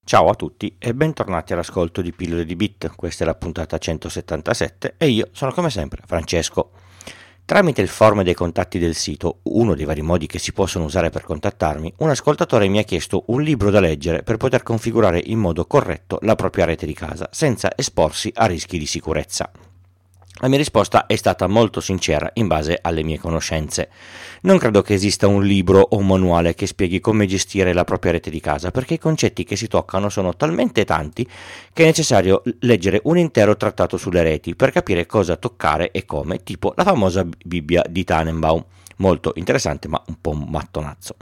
Ciao a tutti e bentornati all'ascolto di Pillole di Bit, questa è la puntata 177 e io sono come sempre Francesco. Tramite il form dei contatti del sito, uno dei vari modi che si possono usare per contattarmi, un ascoltatore mi ha chiesto un libro da leggere per poter configurare in modo corretto la propria rete di casa, senza esporsi a rischi di sicurezza. La mia risposta è stata molto sincera in base alle mie conoscenze. Non credo che esista un libro o un manuale che spieghi come gestire la propria rete di casa, perché i concetti che si toccano sono talmente tanti che è necessario leggere un intero trattato sulle reti per capire cosa toccare e come, tipo la famosa Bibbia di Tannenbaum. Molto interessante ma un po' un mattonazzo.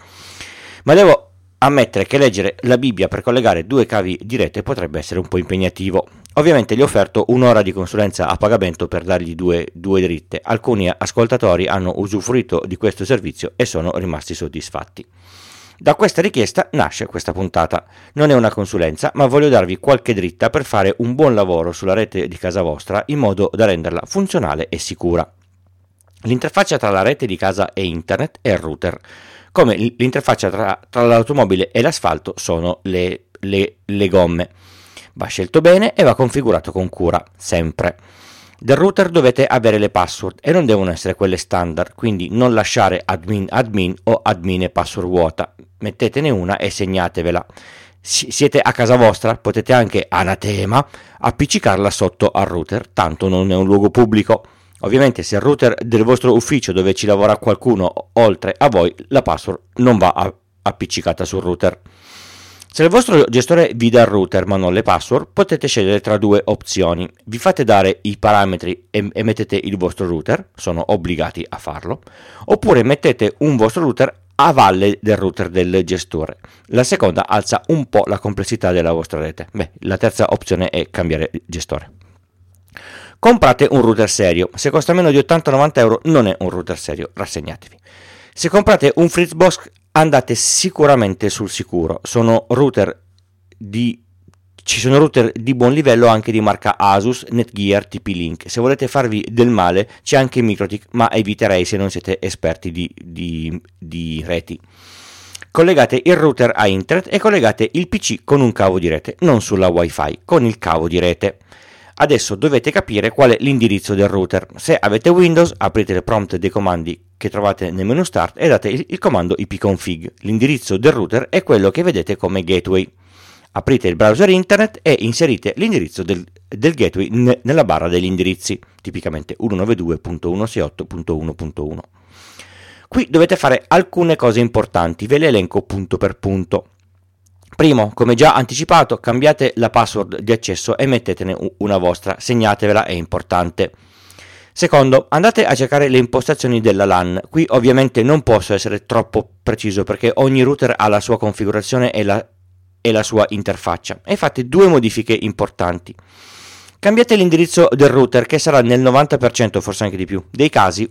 Ma devo ammettere che leggere la Bibbia per collegare due cavi di rete potrebbe essere un po' impegnativo. Ovviamente gli ho offerto un'ora di consulenza a pagamento per dargli due dritte. Alcuni ascoltatori hanno usufruito di questo servizio e sono rimasti soddisfatti. Da questa richiesta nasce questa puntata. Non è una consulenza, ma voglio darvi qualche dritta per fare un buon lavoro sulla rete di casa vostra in modo da renderla funzionale e sicura. L'interfaccia tra la rete di casa e internet è il router, come l'interfaccia tra l'automobile e l'asfalto sono le gomme. Va scelto bene e va configurato con cura, sempre. Del router dovete avere le password e non devono essere quelle standard, quindi non lasciare admin o admin e password vuota. Mettetene una e segnatevela. Siete a casa vostra, potete anche, anatema, appiccicarla sotto al router, tanto non è un luogo pubblico. Ovviamente se il router del vostro ufficio dove ci lavora qualcuno oltre a voi, la password non va appiccicata sul router. Se il vostro gestore vi dà il router ma non le password, potete scegliere tra due opzioni. Vi fate dare i parametri e mettete il vostro router, sono obbligati a farlo, oppure mettete un vostro router a valle del router del gestore. La seconda alza un po' la complessità della vostra rete. La terza opzione è cambiare gestore. Comprate un router serio. Se costa meno di 80-90 euro non è un router serio, rassegnatevi. Se comprate un Fritzbox andate sicuramente sul sicuro. Ci sono router di buon livello anche di marca Asus, Netgear, TP-Link. Se volete farvi del male c'è anche Mikrotik, ma eviterei se non siete esperti di reti. Collegate il router a internet e collegate il PC con un cavo di rete, non sulla wifi, con il cavo di rete. Adesso dovete capire qual è l'indirizzo del router. Se avete Windows, aprite il prompt dei comandi che trovate nel menu Start e date il comando ipconfig. L'indirizzo del router è quello che vedete come gateway. Aprite il browser internet e inserite l'indirizzo del gateway nella barra degli indirizzi, tipicamente 192.168.1.1. Qui dovete fare alcune cose importanti, ve le elenco punto per punto. Primo, come già anticipato, cambiate la password di accesso e mettetene una vostra, segnatevela, è importante. Secondo, andate a cercare le impostazioni della LAN. Qui ovviamente non posso essere troppo preciso perché ogni router ha la sua configurazione e la sua interfaccia. E fate due modifiche importanti. Cambiate l'indirizzo del router che sarà nel 90%, forse anche di più, dei casi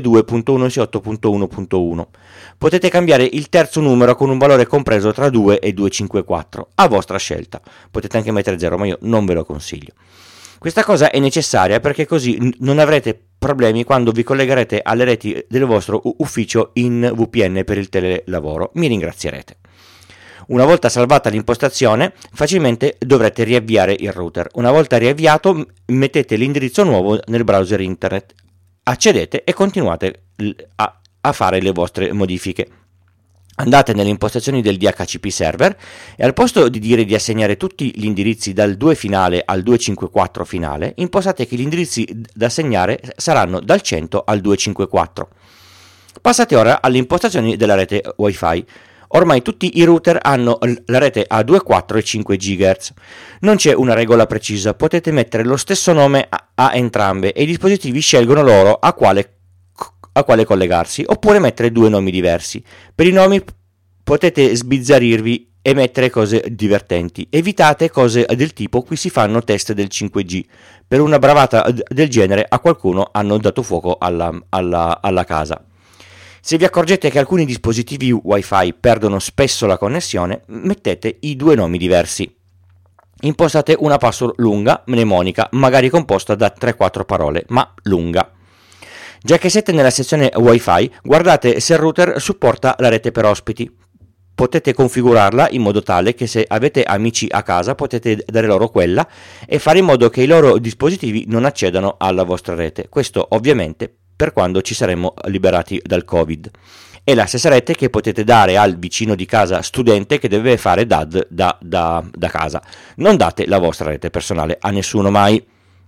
192.168.1.1. Potete cambiare il terzo numero con un valore compreso tra 2 e 254, a vostra scelta. Potete anche mettere 0, ma io non ve lo consiglio. Questa cosa è necessaria perché così non avrete problemi quando vi collegherete alle reti del vostro ufficio in VPN per il telelavoro. Mi ringrazierete. Una volta salvata l'impostazione, facilmente dovrete riavviare il router. Una volta riavviato, mettete l'indirizzo nuovo nel browser internet, accedete e continuate a fare le vostre modifiche. Andate nelle impostazioni del DHCP server e al posto di dire di assegnare tutti gli indirizzi dal 2 finale al 254 finale, impostate che gli indirizzi da assegnare saranno dal 100 al 254. Passate ora alle impostazioni della rete Wi-Fi. Ormai tutti i router hanno la rete a 2,4 e 5 GHz. Non c'è una regola precisa, potete mettere lo stesso nome a entrambe e i dispositivi scelgono loro a quale collegarsi, oppure mettere due nomi diversi. Per i nomi potete sbizzarrirvi e mettere cose divertenti. Evitate cose del tipo qui si fanno test del 5G. Per una bravata del genere a qualcuno hanno dato fuoco alla casa. Se vi accorgete che alcuni dispositivi Wi-Fi perdono spesso la connessione, mettete i due nomi diversi. Impostate una password lunga, mnemonica, magari composta da 3-4 parole, ma lunga. Già che siete nella sezione Wi-Fi, guardate se il router supporta la rete per ospiti. potete configurarla in modo tale che se avete amici a casa potete dare loro quella e fare in modo che i loro dispositivi non accedano alla vostra rete. Questo ovviamente per quando ci saremo liberati dal Covid. È la stessa rete che potete dare al vicino di casa studente che deve fare DAD da casa. Non date la vostra rete personale a nessuno mai.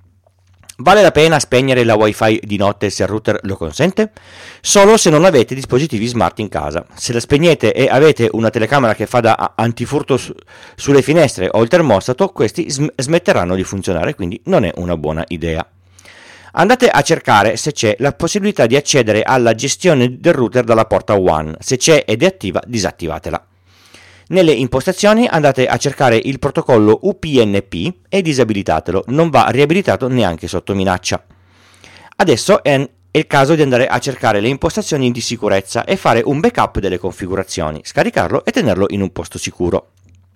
Vale la pena spegnere la wifi di notte se il router lo consente? Solo se non avete dispositivi smart in casa. Se la spegnete e avete una telecamera che fa da antifurto sulle finestre o il termostato, questi smetteranno di funzionare, quindi non è una buona idea. Andate a cercare se c'è la possibilità di accedere alla gestione del router dalla porta WAN. Se c'è ed è attiva, disattivatela. Nelle impostazioni andate a cercare il protocollo UPnP e disabilitatelo, non va riabilitato neanche sotto minaccia. Adesso è il caso di andare a cercare le impostazioni di sicurezza e fare un backup delle configurazioni, scaricarlo e tenerlo in un posto sicuro.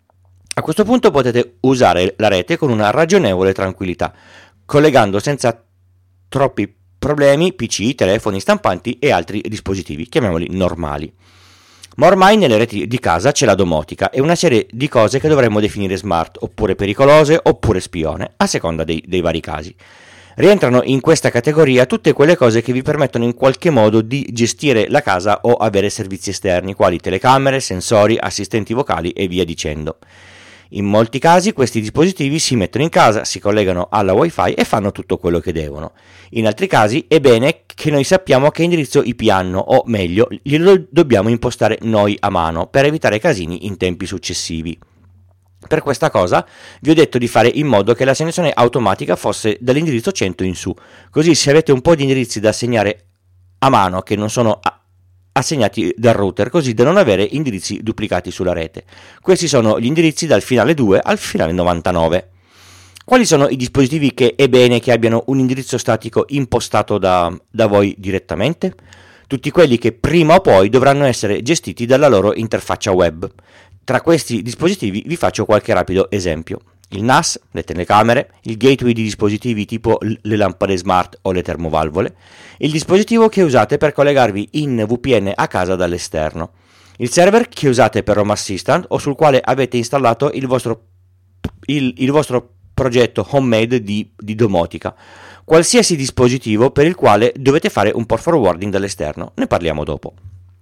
A questo punto potete usare la rete con una ragionevole tranquillità, collegando senza troppi problemi PC, telefoni, stampanti e altri dispositivi, chiamiamoli normali. Ma ormai nelle reti di casa c'è la domotica e una serie di cose che dovremmo definire smart, oppure pericolose, oppure spione, a seconda dei vari casi. Rientrano in questa categoria tutte quelle cose che vi permettono in qualche modo di gestire la casa o avere servizi esterni, quali telecamere, sensori, assistenti vocali e via dicendo. In molti casi questi dispositivi si mettono in casa, si collegano alla wifi e fanno tutto quello che devono. In altri casi è bene che noi sappiamo che indirizzo IP hanno, o meglio, glielo dobbiamo impostare noi a mano per evitare casini in tempi successivi. Per questa cosa vi ho detto di fare in modo che l'assegnazione automatica fosse dall'indirizzo 100 in su, così se avete un po' di indirizzi da assegnare a mano che non sono assegnati dal router, così da non avere indirizzi duplicati sulla rete. Questi sono gli indirizzi dal finale 2 al finale 99. Quali sono i dispositivi che è bene che abbiano un indirizzo statico impostato da voi direttamente? Tutti quelli che prima o poi dovranno essere gestiti dalla loro interfaccia web. Tra questi dispositivi vi faccio qualche rapido esempio. Il NAS, le telecamere, il gateway di dispositivi tipo le lampade smart o le termovalvole, il dispositivo che usate per collegarvi in VPN a casa dall'esterno, il server che usate per Home Assistant o sul quale avete installato il vostro progetto homemade di domotica, qualsiasi dispositivo per il quale dovete fare un port forwarding dall'esterno, ne parliamo dopo.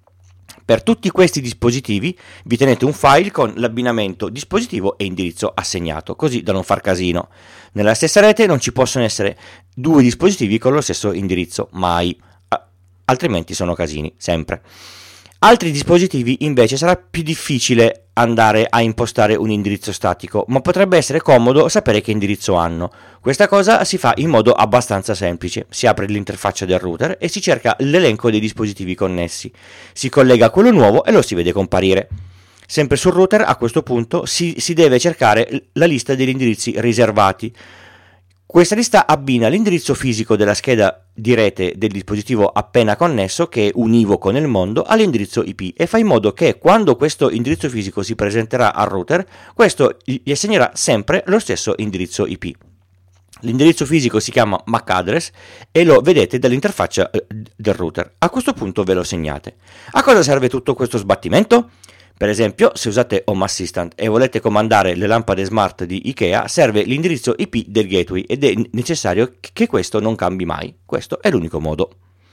Per tutti questi dispositivi vi tenete un file con l'abbinamento dispositivo e indirizzo assegnato, così da non far casino. Nella stessa rete non ci possono essere due dispositivi con lo stesso indirizzo, mai, altrimenti sono casini, sempre. Altri dispositivi invece sarà più difficile andare a impostare un indirizzo statico, ma potrebbe essere comodo sapere che indirizzo hanno. Questa cosa si fa in modo abbastanza semplice: si apre l'interfaccia del router e si cerca l'elenco dei dispositivi connessi, si collega a quello nuovo e lo si vede comparire. Sempre sul router a questo punto si deve cercare la lista degli indirizzi riservati. Questa lista abbina l'indirizzo fisico della scheda di rete del dispositivo appena connesso, che è univoco nel mondo, all'indirizzo IP e fa in modo che quando questo indirizzo fisico si presenterà al router, questo gli assegnerà sempre lo stesso indirizzo IP. L'indirizzo fisico si chiama MAC address e lo vedete dall'interfaccia del router. A questo punto ve lo segnate. A cosa serve tutto questo sbattimento? Per esempio, se usate Home Assistant e volete comandare le lampade smart di Ikea, serve l'indirizzo IP del gateway ed è necessario che questo non cambi mai. Questo è l'unico modo.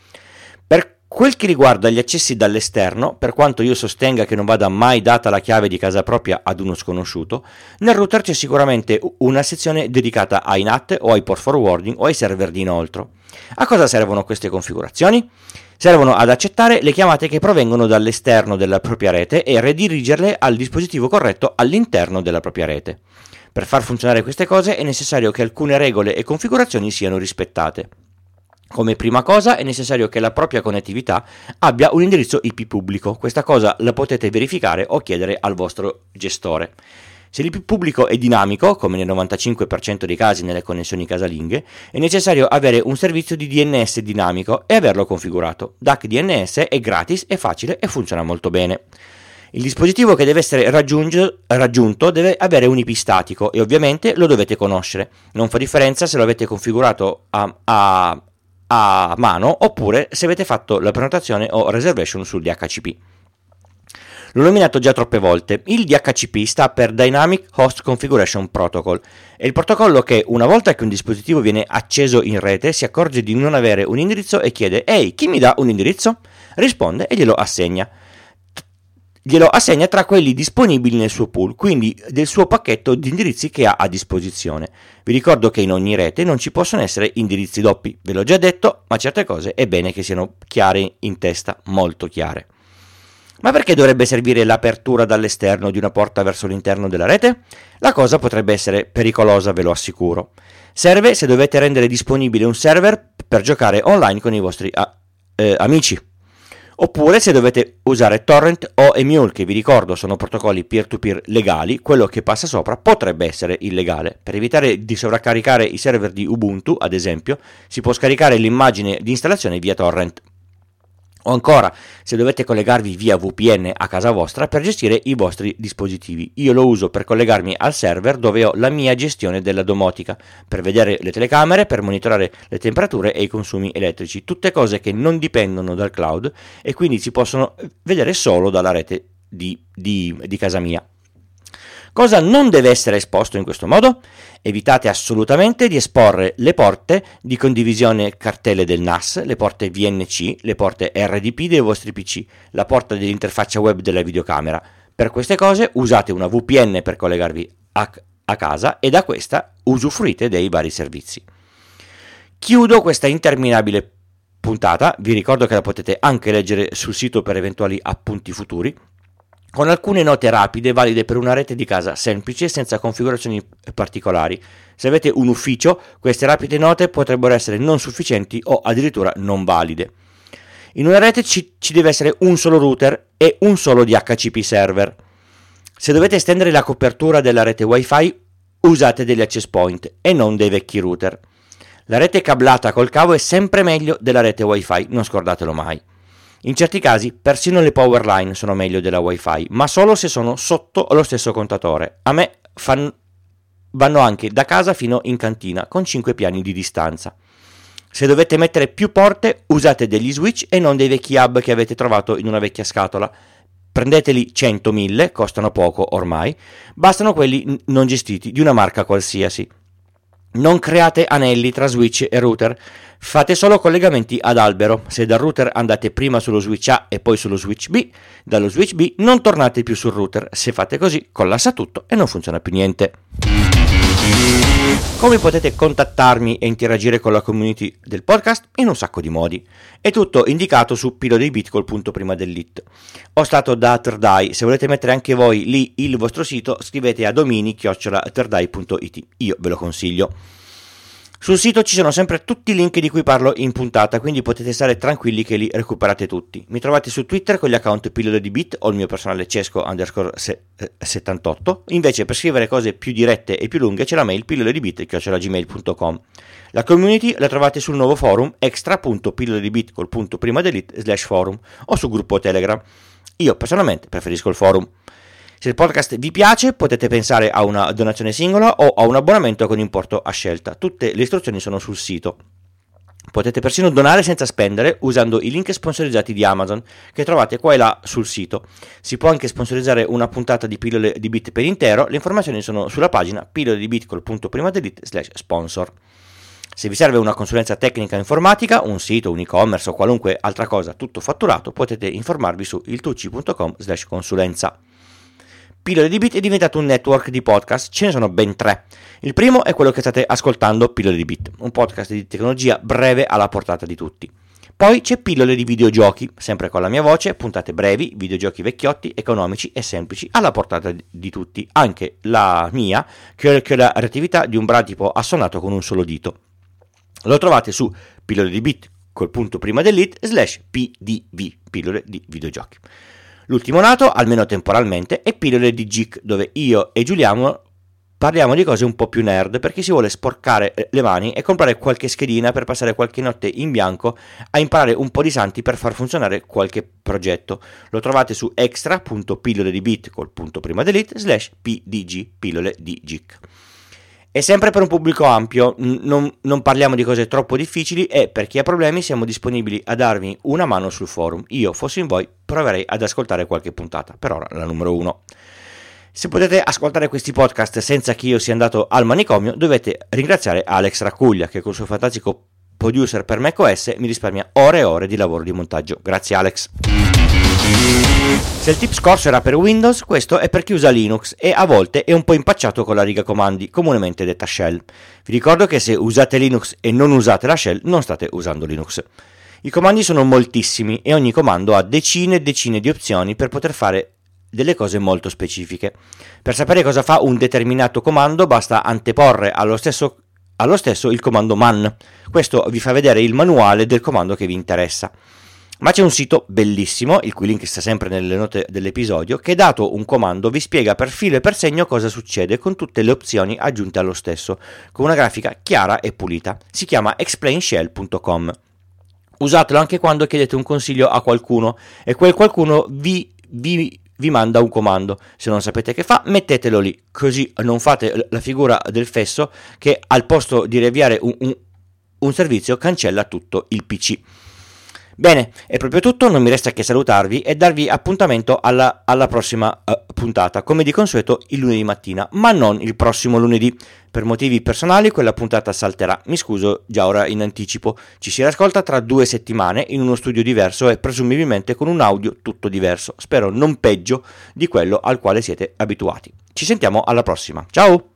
Per quel che riguarda gli accessi dall'esterno, per quanto io sostenga che non vada mai data la chiave di casa propria ad uno sconosciuto, nel router c'è sicuramente una sezione dedicata ai NAT o ai port forwarding o ai server di inoltro. A cosa servono queste configurazioni? Servono ad accettare le chiamate che provengono dall'esterno della propria rete e redirigerle al dispositivo corretto all'interno della propria rete. Per far funzionare queste cose è necessario che alcune regole e configurazioni siano rispettate. Come prima cosa è necessario che la propria connettività abbia un indirizzo IP pubblico. Questa cosa la potete verificare o chiedere al vostro gestore. Se l'IP pubblico è dinamico, come nel 95% dei casi nelle connessioni casalinghe, è necessario avere un servizio di DNS dinamico e averlo configurato. DAC DNS è gratis, è facile e funziona molto bene. Il dispositivo che deve essere raggiunto deve avere un IP statico e ovviamente lo dovete conoscere. Non fa differenza se lo avete configurato a mano oppure se avete fatto la prenotazione o reservation sul DHCP. L'ho nominato già troppe volte. Il DHCP sta per Dynamic Host Configuration Protocol. È il protocollo che, una volta che un dispositivo viene acceso in rete, si accorge di non avere un indirizzo e chiede: «Ehi, chi mi dà un indirizzo?» Risponde e glielo assegna. Glielo assegna tra quelli disponibili nel suo pool, quindi del suo pacchetto di indirizzi che ha a disposizione. Vi ricordo che in ogni rete non ci possono essere indirizzi doppi, ve l'ho già detto, ma certe cose è bene che siano chiare in testa, molto chiare. Ma perché dovrebbe servire l'apertura dall'esterno di una porta verso l'interno della rete? La cosa potrebbe essere pericolosa, ve lo assicuro. Serve se dovete rendere disponibile un server per giocare online con i vostri amici. Oppure se dovete usare torrent o emule, che vi ricordo sono protocolli peer-to-peer legali, quello che passa sopra potrebbe essere illegale. Per evitare di sovraccaricare i server di Ubuntu, ad esempio, si può scaricare l'immagine di installazione via torrent. O ancora, se dovete collegarvi via VPN a casa vostra per gestire i vostri dispositivi. Io lo uso per collegarmi al server dove ho la mia gestione della domotica, per vedere le telecamere, per monitorare le temperature e i consumi elettrici, tutte cose che non dipendono dal cloud e quindi si possono vedere solo dalla rete di casa mia. Cosa non deve essere esposto in questo modo? Evitate assolutamente di esporre le porte di condivisione cartelle del NAS, le porte VNC, le porte RDP dei vostri PC, la porta dell'interfaccia web della videocamera. Per queste cose usate una VPN per collegarvi a casa e da questa usufruite dei vari servizi. Chiudo questa interminabile puntata, vi ricordo che la potete anche leggere sul sito per eventuali appunti futuri, con alcune note rapide valide per una rete di casa semplice e senza configurazioni particolari. Se avete un ufficio, queste rapide note potrebbero essere non sufficienti o addirittura non valide. In una rete ci deve essere un solo router e un solo DHCP server. Se dovete estendere la copertura della rete Wi-Fi, usate degli access point e non dei vecchi router. La rete cablata col cavo è sempre meglio della rete Wi-Fi, non scordatelo mai. In certi casi persino le power line sono meglio della Wi-Fi, ma solo se sono sotto lo stesso contatore. A me vanno anche da casa fino in cantina, con 5 piani di distanza. Se dovete mettere più porte, usate degli switch e non dei vecchi hub che avete trovato in una vecchia scatola. Prendeteli 100.000, costano poco ormai, bastano quelli non gestiti di una marca qualsiasi. Non create anelli tra switch e router, fate solo collegamenti ad albero. Se dal router andate prima sullo switch A e poi sullo switch B, dallo switch B non tornate più sul router. Se fate così collassa tutto e non funziona più niente. Come potete contattarmi e interagire con la community del podcast? In un sacco di modi. È tutto indicato su pillodeibit col punto prima dell'it. Ho stato da Thirdeye, se volete mettere anche voi lì il vostro sito scrivete a domini@thirdeye.it, io ve lo consiglio. Sul sito ci sono sempre tutti i link di cui parlo in puntata, quindi potete stare tranquilli che li recuperate tutti. Mi trovate su Twitter con gli account Pillole di Bit o il mio personale Cesco_78. Invece per scrivere cose più dirette e più lunghe c'è la mail pilloledibit@gmail.com. La community la trovate sul nuovo forum extra.pilloledibit col punto prima dell'it/forum o sul gruppo Telegram. Io personalmente preferisco il forum. Se il podcast vi piace potete pensare a una donazione singola o a un abbonamento con importo a scelta. Tutte le istruzioni sono sul sito. Potete persino donare senza spendere usando i link sponsorizzati di Amazon che trovate qua e là sul sito. Si può anche sponsorizzare una puntata di Pillole di Bit per intero. Le informazioni sono sulla pagina pilloledibit col punto prima dell'it/sponsor. Se vi serve una consulenza tecnica informatica, un sito, un e-commerce o qualunque altra cosa tutto fatturato, potete informarvi su iltucci.com/consulenza. Pillole di Bit è diventato un network di podcast, ce ne sono ben 3. Il primo è quello che state ascoltando, Pillole di Bit, un podcast di tecnologia breve alla portata di tutti. Poi c'è Pillole di videogiochi, sempre con la mia voce, puntate brevi, videogiochi vecchiotti, economici e semplici, alla portata di tutti, anche la mia, che è la reattività di un bradipo assonato con un solo dito. Lo trovate su Pillole di Bit col punto prima dell'it/pdv, pillole di videogiochi. L'ultimo nato, almeno temporalmente, è Pillole di Geek, dove io e Giuliano parliamo di cose un po' più nerd per chi si vuole sporcare le mani e comprare qualche schedina per passare qualche notte in bianco a imparare un po' di santi per far funzionare qualche progetto. Lo trovate su extra.pilloledibit col punto prima dell'it/pdg, pillole di Geek. È sempre per un pubblico ampio, non parliamo di cose troppo difficili e per chi ha problemi siamo disponibili a darvi una mano sul forum. Io, fossi in voi, proverei ad ascoltare qualche puntata, per ora la numero 1. Se potete ascoltare questi podcast senza che io sia andato al manicomio, dovete ringraziare Alex Raccuglia che col suo fantastico producer per macOS mi risparmia ore e ore di lavoro di montaggio. Grazie Alex. Se il tip scorso era per Windows, questo è per chi usa Linux e a volte è un po' impacciato con la riga comandi, comunemente detta shell. Vi ricordo che se usate Linux e non usate la shell, non state usando Linux. I comandi sono moltissimi e ogni comando ha decine e decine di opzioni per poter fare delle cose molto specifiche. Per sapere cosa fa un determinato comando basta anteporre allo stesso il comando man. Questo vi fa vedere il manuale del comando che vi interessa. Ma c'è un sito bellissimo, il cui link sta sempre nelle note dell'episodio, che dato un comando vi spiega per filo e per segno cosa succede con tutte le opzioni aggiunte allo stesso, con una grafica chiara e pulita. Si chiama explainshell.com. Usatelo anche quando chiedete un consiglio a qualcuno e quel qualcuno vi manda un comando. Se non sapete che fa, mettetelo lì, così non fate la figura del fesso che al posto di riavviare un servizio cancella tutto il PC. Bene, è proprio tutto, non mi resta che salutarvi e darvi appuntamento alla prossima puntata, come di consueto il lunedì mattina, ma non il prossimo lunedì. Per motivi personali quella puntata salterà, mi scuso già ora in anticipo. Ci si riascolta tra 2 settimane in uno studio diverso e presumibilmente con un audio tutto diverso, spero non peggio di quello al quale siete abituati. Ci sentiamo alla prossima, ciao!